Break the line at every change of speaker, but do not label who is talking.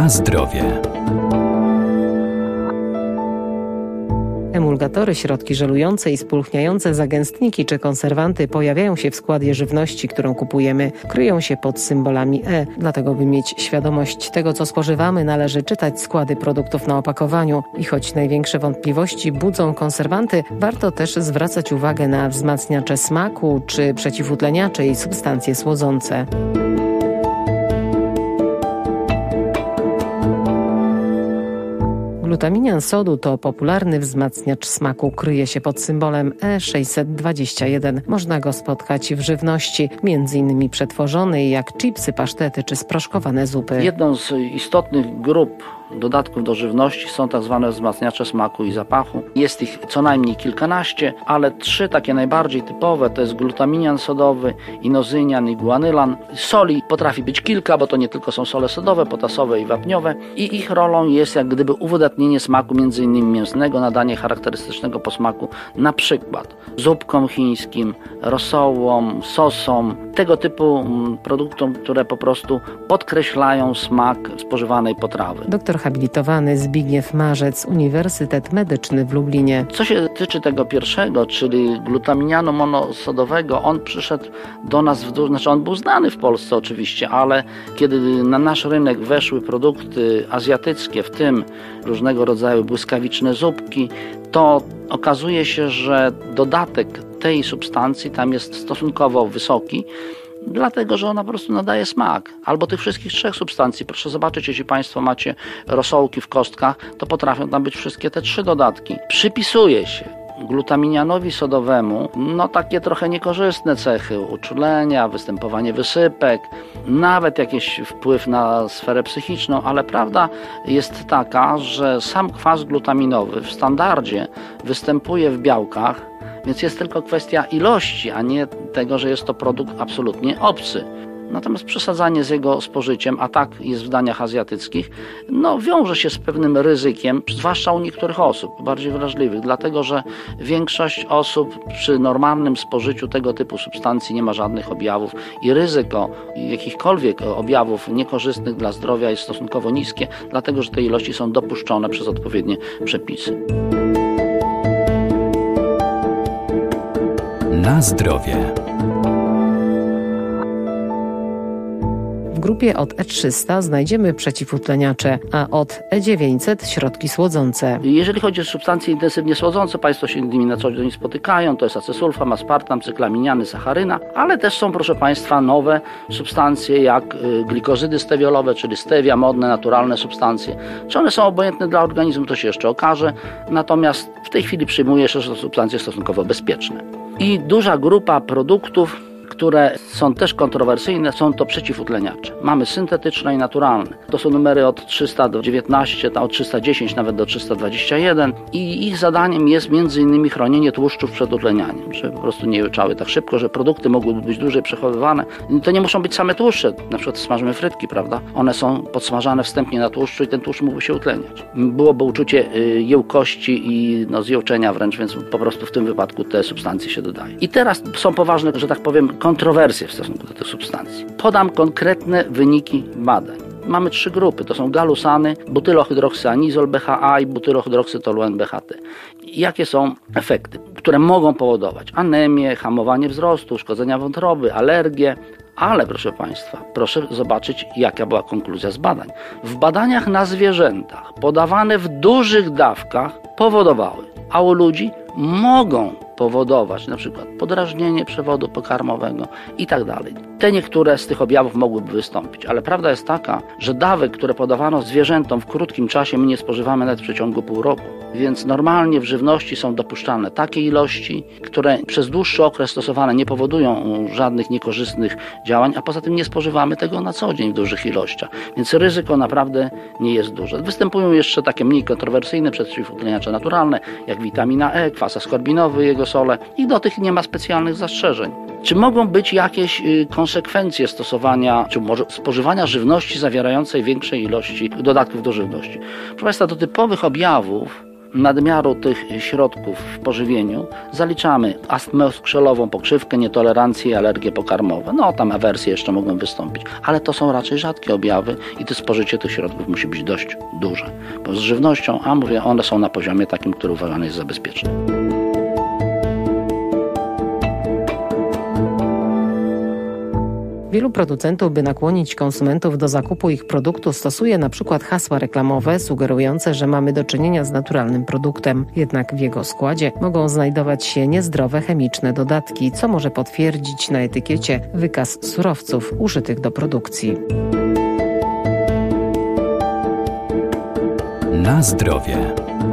Na zdrowie.
Emulgatory, środki żelujące i spulchniające zagęstniki czy konserwanty pojawiają się w składzie żywności, którą kupujemy. Kryją się pod symbolami E. Dlatego, by mieć świadomość tego, co spożywamy, należy czytać składy produktów na opakowaniu. I choć największe wątpliwości budzą konserwanty, warto też zwracać uwagę na wzmacniacze smaku czy przeciwutleniacze i substancje słodzące. Glutaminian sodu to popularny wzmacniacz smaku. Kryje się pod symbolem E621. Można go spotkać w żywności, m.in. przetworzonej, jak chipsy, pasztety czy sproszkowane zupy.
Jedną z istotnych grup dodatków do żywności są tak zwane wzmacniacze smaku i zapachu. Jest ich co najmniej kilkanaście, ale 3 takie najbardziej typowe to jest glutaminian sodowy, inozynian i guanylan. Soli potrafi być kilka, bo to nie tylko są sole sodowe, potasowe i wapniowe i ich rolą jest jak gdyby uwydatnienie smaku m.in. mięsnego, nadanie charakterystycznego posmaku na przykład zupkom chińskim, rosołom, sosom, tego typu produktom, które po prostu podkreślają smak spożywanej potrawy.
Doktor habilitowany Zbigniew Marzec, Uniwersytet Medyczny w Lublinie.
Co się tyczy tego pierwszego, czyli glutaminianu monosodowego, on przyszedł do nas on był znany w Polsce oczywiście, ale kiedy na nasz rynek weszły produkty azjatyckie, w tym różnego rodzaju błyskawiczne zupki, to okazuje się, że dodatek tej substancji tam jest stosunkowo wysoki, dlatego, że ona po prostu nadaje smak. Albo tych wszystkich 3 substancji. Proszę zobaczyć, jeśli Państwo macie rosołki w kostkach, to potrafią tam być wszystkie te 3 dodatki. Przypisuje się glutaminianowi sodowemu takie trochę niekorzystne cechy, uczulenia, występowanie wysypek, nawet jakiś wpływ na sferę psychiczną, ale prawda jest taka, że sam kwas glutaminowy w standardzie występuje w białkach, więc jest tylko kwestia ilości, a nie tego, że jest to produkt absolutnie obcy. Natomiast przesadzanie z jego spożyciem, a tak jest w daniach azjatyckich, wiąże się z pewnym ryzykiem, zwłaszcza u niektórych osób, bardziej wrażliwych, dlatego że większość osób przy normalnym spożyciu tego typu substancji nie ma żadnych objawów i ryzyko jakichkolwiek objawów niekorzystnych dla zdrowia jest stosunkowo niskie, dlatego że te ilości są dopuszczone przez odpowiednie przepisy.
Na zdrowie.
W grupie od E300 znajdziemy przeciwutleniacze, a od E900 środki słodzące.
Jeżeli chodzi o substancje intensywnie słodzące, Państwo się z nimi na co dzień spotykają, to jest acesulfam, aspartam, cyklaminiany, sacharyna, ale też są, proszę Państwa, nowe substancje jak glikozydy stewiolowe, czyli stevia, modne, naturalne substancje. Czy one są obojętne dla organizmu, to się jeszcze okaże, natomiast w tej chwili przyjmuje się, że to substancje stosunkowo bezpieczne. I duża grupa produktów, które są też kontrowersyjne, są to przeciwutleniacze. Mamy syntetyczne i naturalne. To są numery od 300 do 19, od 310 nawet do 321 i ich zadaniem jest m.in. chronienie tłuszczów przed utlenianiem, żeby po prostu nie łyczały tak szybko, że produkty mogłyby być dłużej przechowywane. To nie muszą być same tłuszcze, na przykład smażymy frytki, prawda? One są podsmażane wstępnie na tłuszczu i ten tłuszcz mógłby się utleniać. Byłoby uczucie jełkości i zjełczenia wręcz, więc po prostu w tym wypadku te substancje się dodają. I teraz są poważne, że tak powiem, kontrowersje w stosunku do tych substancji. Podam konkretne wyniki badań. Mamy 3 grupy, to są galusany, butylohydroksyanizol BHA i butylohydroksytoluen BHT. Jakie są efekty, które mogą powodować anemię, hamowanie wzrostu, uszkodzenia wątroby, alergie, ale proszę Państwa, proszę zobaczyć, jaka była konkluzja z badań. W badaniach na zwierzętach podawane w dużych dawkach powodowały, a u ludzi mogą powodować na przykład podrażnienie przewodu pokarmowego i tak dalej. Te niektóre z tych objawów mogłyby wystąpić, ale prawda jest taka, że dawek, które podawano zwierzętom w krótkim czasie, my nie spożywamy nawet w przeciągu pół roku. Więc normalnie w żywności są dopuszczalne takie ilości, które przez dłuższy okres stosowane nie powodują żadnych niekorzystnych działań, a poza tym nie spożywamy tego na co dzień w dużych ilościach. Więc ryzyko naprawdę nie jest duże. Występują jeszcze takie mniej kontrowersyjne przeciwutleniacze naturalne, jak witamina E, kwas askorbinowy, jego sole i do tych nie ma specjalnych zastrzeżeń. Czy mogą być jakieś konsekwencje stosowania, czy może spożywania żywności zawierającej większej ilości dodatków do żywności? Proszę Państwa, do typowych objawów nadmiaru tych środków w pożywieniu zaliczamy astmę skrzelową, pokrzywkę, nietolerancję i alergie pokarmowe. No tam awersje jeszcze mogą wystąpić, ale to są raczej rzadkie objawy i to spożycie tych środków musi być dość duże. Bo z żywnością, a mówię, one są na poziomie takim, który uważany jest za bezpieczny.
Wielu producentów, by nakłonić konsumentów do zakupu ich produktu, stosuje na przykład hasła reklamowe sugerujące, że mamy do czynienia z naturalnym produktem. Jednak w jego składzie mogą znajdować się niezdrowe chemiczne dodatki, co może potwierdzić na etykiecie wykaz surowców użytych do produkcji.
Na zdrowie.